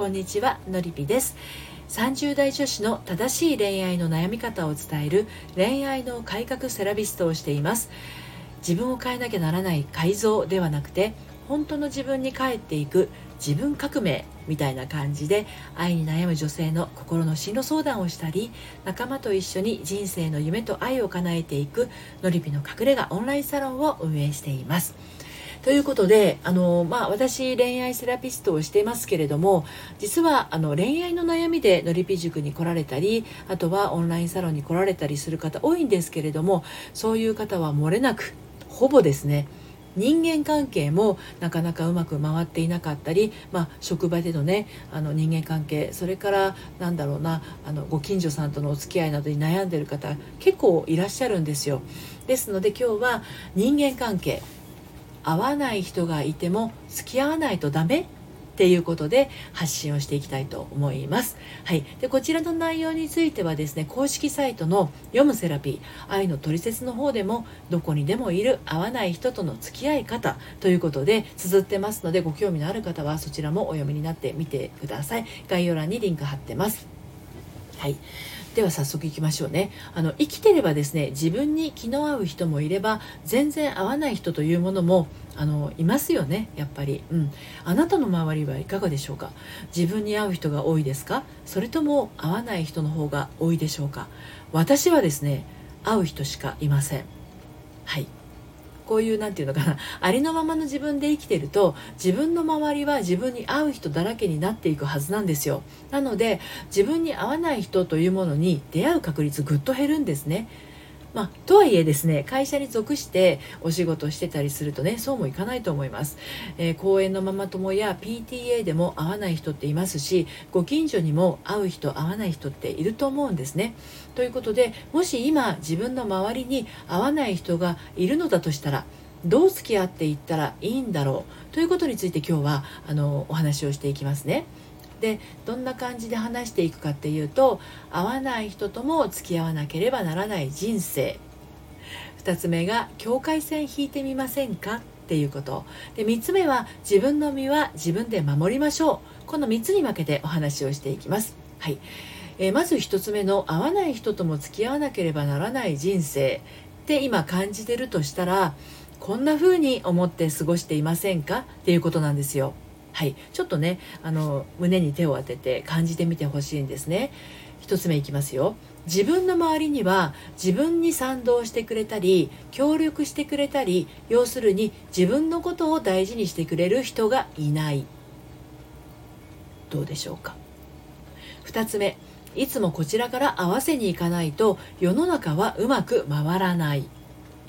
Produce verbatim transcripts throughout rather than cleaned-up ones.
こんにちは、のりぴです。さんじゅう代女子の正しい恋愛の悩み方を伝える恋愛の改革セラピストをしています。自分を変えなきゃならない改造ではなくて、本当の自分に帰っていく自分革命みたいな感じで、愛に悩む女性の心の進路相談をしたり、仲間と一緒に人生の夢と愛を叶えていくのりぴの隠れ家オンラインサロンを運営しています。ということで、あのまあ、私恋愛セラピストをしていますけれども、実はあの恋愛の悩みでのりぴ塾に来られたり、あとはオンラインサロンに来られたりする方多いんですけれども、そういう方は漏れなくほぼですね、人間関係もなかなかうまく回っていなかったり、まあ、職場でのねあの人間関係、それからなんだろうなあのご近所さんとのお付き合いなどに悩んでいる方結構いらっしゃるんですよ。ですので今日は人間関係、合わない人がいても付き合わないとダメっていうことで発信をしていきたいと思います。はい、でこちらの内容についてはですね、公式サイトの読むセラピー愛のトリセツの方でも、どこにでもいる合わない人との付き合い方ということで綴ってますので、ご興味のある方はそちらもお読みになってみてください。概要欄にリンク貼ってます。はい、では早速いきましょうね。あの生きてればですね、自分に気の合う人もいれば全然合わない人というものもあのいますよね、やっぱり、うん、あなたの周りはいかがでしょうか。自分に合う人が多いですか、それとも合わない人の方が多いでしょうか。私はですね、合う人しかいません。はい、こういうなんていうのかな、ありのままの自分で生きてると、自分の周りは自分に合う人だらけになっていくはずなんですよ。なので自分に合わない人というものに出会う確率ぐっと減るんですね。まあ、とはいえですね、会社に属してお仕事してたりするとね、そうもいかないと思います。えー、公園のママ友や ピーティーエー でも合わない人っていますし、ご近所にも合う人合わない人っていると思うんですね。ということで、もし今自分の周りに合わない人がいるのだとしたら、どう付き合っていったらいいんだろうということについて今日はあのお話をしていきますね。でどんな感じで話していくかっていうと、合わない人とも付き合わなければならない人生。ふたつめが境界線引いてみませんかっていうことで、みっつめは自分の身は自分で守りましょう。このみっつに分けてお話をしていきます。はい、えー、まずひとつめの合わない人とも付き合わなければならない人生って今感じてるとしたら、こんな風に思って過ごしていませんかっていうことなんですよ。はい、ちょっとねあの胸に手を当てて感じてみてほしいんですね。一つ目いきますよ。自分の周りには自分に賛同してくれたり協力してくれたり、要するに自分のことを大事にしてくれる人がいない。どうでしょうか。二つ目、いつもこちらから合わせに行かないと世の中はうまく回らない。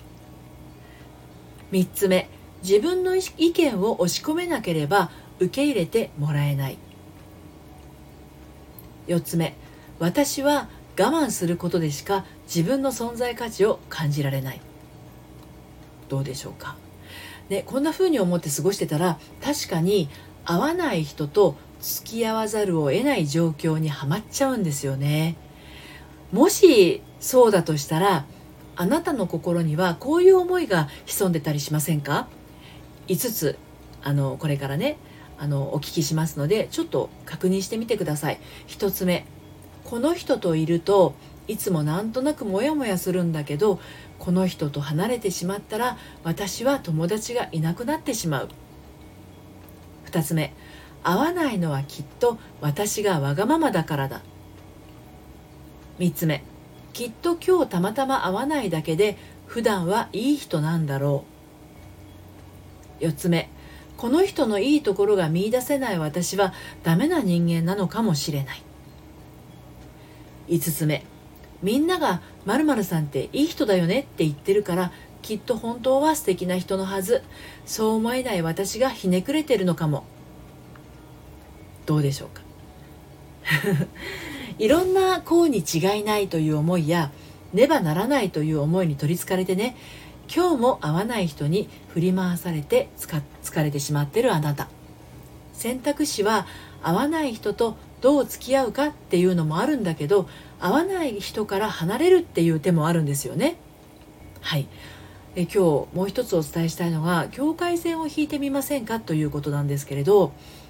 三つ目、自分の意見を押し込めなければ受け入れてもらえない。よっつめ、私は我慢することでしか自分の存在価値を感じられない。どうでしょうか。ね、こんな風に思って過ごしてたら、確かに合わない人と付き合わざるを得ない状況にはまっちゃうんですよね。もしそうだとしたら、あなたの心にはこういう思いが潜んでたりしませんか。いつつあのこれからねあのお聞きしますので、ちょっと確認してみてください。ひとつめ、この人といるといつもなんとなくモヤモヤするんだけど、この人と離れてしまったら私は友達がいなくなってしまう。ふたつめ、合わないのはきっと私がわがままだからだ。みっつめ、きっと今日たまたま合わないだけで普段はいい人なんだろう。よっつめ、この人のいいところが見出せない私はダメな人間なのかもしれない。いつつめ、みんなが〇〇さんっていい人だよねって言ってるから、きっと本当は素敵な人のはず。そう思えない私がひねくれてるのかも。どうでしょうか。いろんなこうに違いないという思いやねばならないという思いに取りつかれてね、今日も合わない人に振り回されて疲れてしまっているあなた。選択肢は合わない人とどう付き合うかっていうのもあるんだけど、合わない人から離れるっていう手もあるんですよね。はい、え今日もう一つお伝えしたいのが、境界線を引いてみませんかということなんですけれど、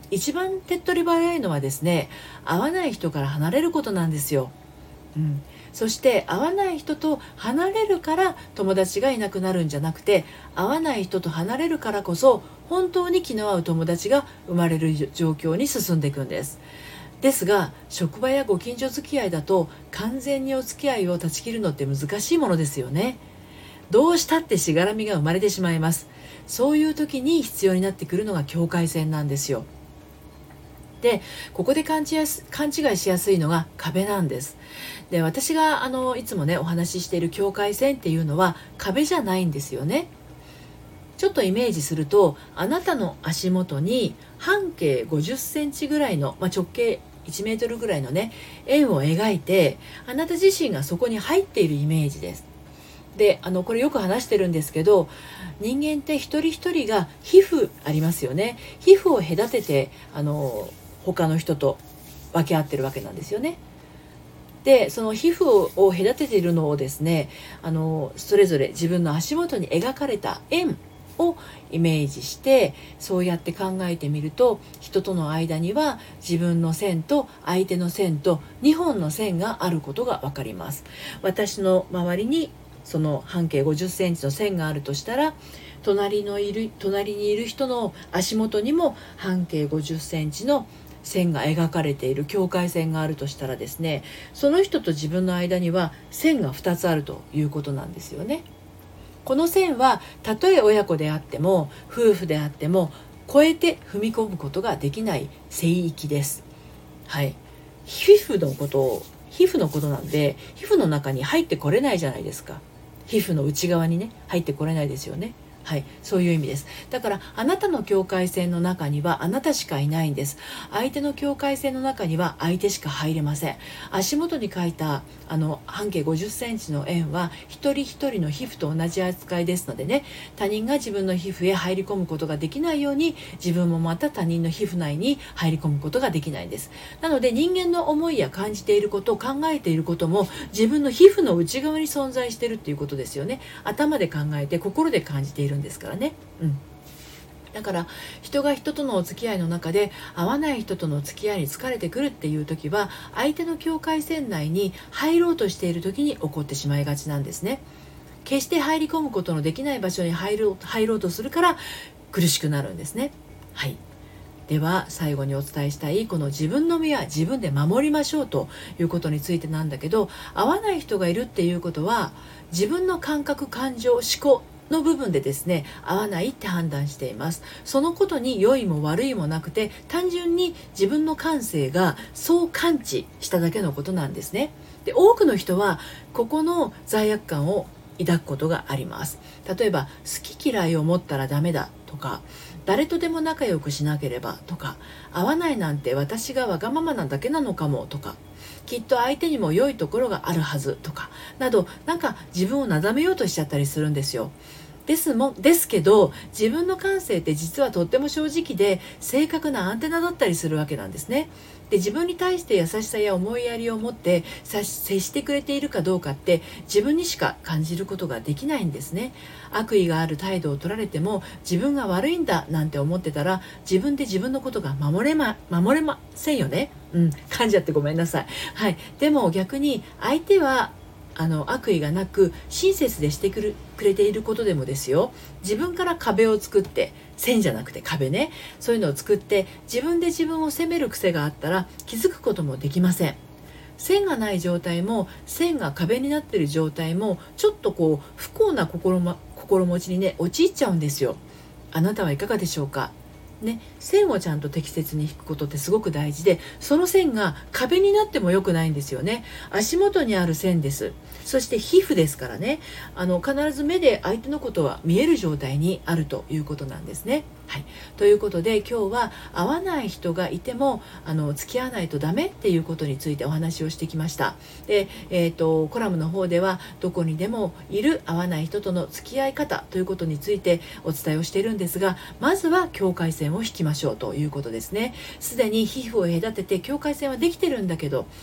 一番手っ取り早いのはですね、合わない人から離れることなんですよ。うん、そして合わない人と離れるから友達がいなくなるんじゃなくて、合わない人と離れるからこそ本当に気の合う友達が生まれる状況に進んでいくんです。ですが、職場やご近所付き合いだと完全にお付き合いを断ち切るのって難しいものですよね。どうしたってしがらみが生まれてしまいます。そういう時に必要になってくるのが境界線なんですよ。で、ここで勘違い勘違いしやすいのが壁なんです。で、私があのいつもねお話ししている境界線っていうのは壁じゃないんですよね。ちょっとイメージすると、あなたの足元に半径ごじゅっセンチぐらいの、まあ、直径いちメートルぐらいのね円を描いて、あなた自身がそこに入っているイメージです。で、あのこれよく話してるんですけど、人間って一人一人が皮膚ありますよね。皮膚を隔ててあの他の人と分け合ってるわけなんですよね。で、その皮膚を隔てているのをですね、あのそれぞれ自分の足元に描かれた円をイメージして、そうやって考えてみると、人との間には自分の線と相手の線とにほんの線があることが分かります。私の周りにその半径ごじゅっセンチの線があるとしたら、隣のいる隣にいる人の足元にも半径ごじゅっセンチの線が描かれている、境界線があるとしたらですね、その人と自分の間には線がふたつあるということなんですよね。この線はたとえ親子であっても夫婦であっても越えて踏み込むことができない聖域です。はい、皮膚のことを皮膚のことなんで、皮膚の中に入ってこれないじゃないですか。皮膚の内側にね入ってこれないですよね。はい、そういう意味です。だからあなたの境界線の中にはあなたしかいないんです。相手の境界線の中には相手しか入れません。足元に書いたあの半径ごじゅっセンチの円は一人一人の皮膚と同じ扱いですのでね、他人が自分の皮膚へ入り込むことができないように、自分もまた他人の皮膚内に入り込むことができないんです。なので人間の思いや感じていること、考えていることも自分の皮膚の内側に存在しているっていうことですよね。頭で考えて心で感じているんですからね。うん、だから人が人とのお付き合いの中で合わない人との付き合いに疲れてくるっていう時は、相手の境界線内に入ろうとしている時に起こってしまいがちなんですね。決して入り込むことのできない場所に入ろう、入ろうとするから苦しくなるんですね。はい、では最後にお伝えしたい、この自分の身は自分で守りましょうということについてなんだけど、合わない人がいるっていうことは、自分の感覚、感情、思考の部分でですね、合わないって判断しています。そのことに良いも悪いもなくて、単純に自分の感性がそう感知しただけのことなんですね。で、多くの人はここの罪悪感を抱くことがあります。例えば、好き嫌いを持ったらダメだとか、誰とでも仲良くしなければとか、合わないなんて私がわがままなだけなのかもとか、きっと相手にも良いところがあるはずとかなど、なんか自分をなだめようとしちゃったりするんですよ。ですもですけど、自分の感性って実はとっても正直で正確なアンテナだったりするわけなんですね。で、自分に対して優しさや思いやりを持って接してくれているかどうかって自分にしか感じることができないんですね。悪意がある態度を取られても自分が悪いんだなんて思ってたら、自分で自分のことが守れま守れませんよね。うん、噛んじゃってごめんなさい。はい、でも逆に相手はあの悪意がなく親切でしてくるくれていることでもですよ、自分から壁を作って、線じゃなくて壁ね、そういうのを作って自分で自分を責める癖があったら気づくこともできません。線がない状態も線が壁になっている状態もちょっとこう不幸な心、ま、心持ちにね陥っちゃうんですよ。あなたはいかがでしょうかね、線をちゃんと適切に引くことってすごく大事で、その線が壁になっても良くないんですよね。足元にある線です。そして皮膚ですからね、あの必ず目で相手のことは見える状態にあるということなんですね。はい、ということで今日は合わない人がいてもあの付き合わないとダメっていうことについてお話をしてきました。で、えーと、コラムの方ではどこにでもいる合わない人との付き合い方ということについてお伝えをしているんですが、まずは境界線を引きましょうということですね。すでに皮膚を隔てて境界線はできてるんだけど、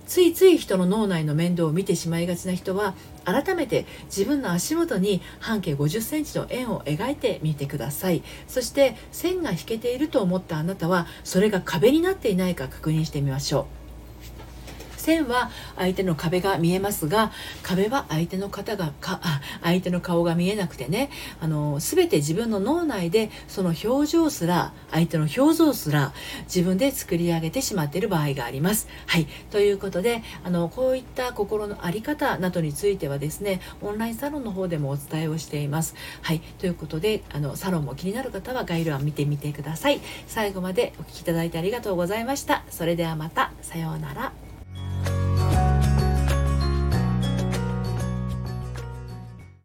ついつい人の脳内の面倒を見てしまいがちな人は、改めて自分の足元に半径ごじゅっセンチの円を描いてみてください。そして線が引けていると思ったあなたは、それが壁になっていないか確認してみましょう。線は相手の壁が見えますが、壁は相手の方がか相手の顔が見えなくてね、あの全て自分の脳内でその表情すら、相手の表情すら自分で作り上げてしまっている場合があります。はい、ということで、あのこういった心の在り方などについてはですね、オンラインサロンの方でもお伝えをしています。はい、ということで、あのサロンも気になる方は概要欄見てみてください。最後までお聞きいただいてありがとうございました。それではまた、さようなら。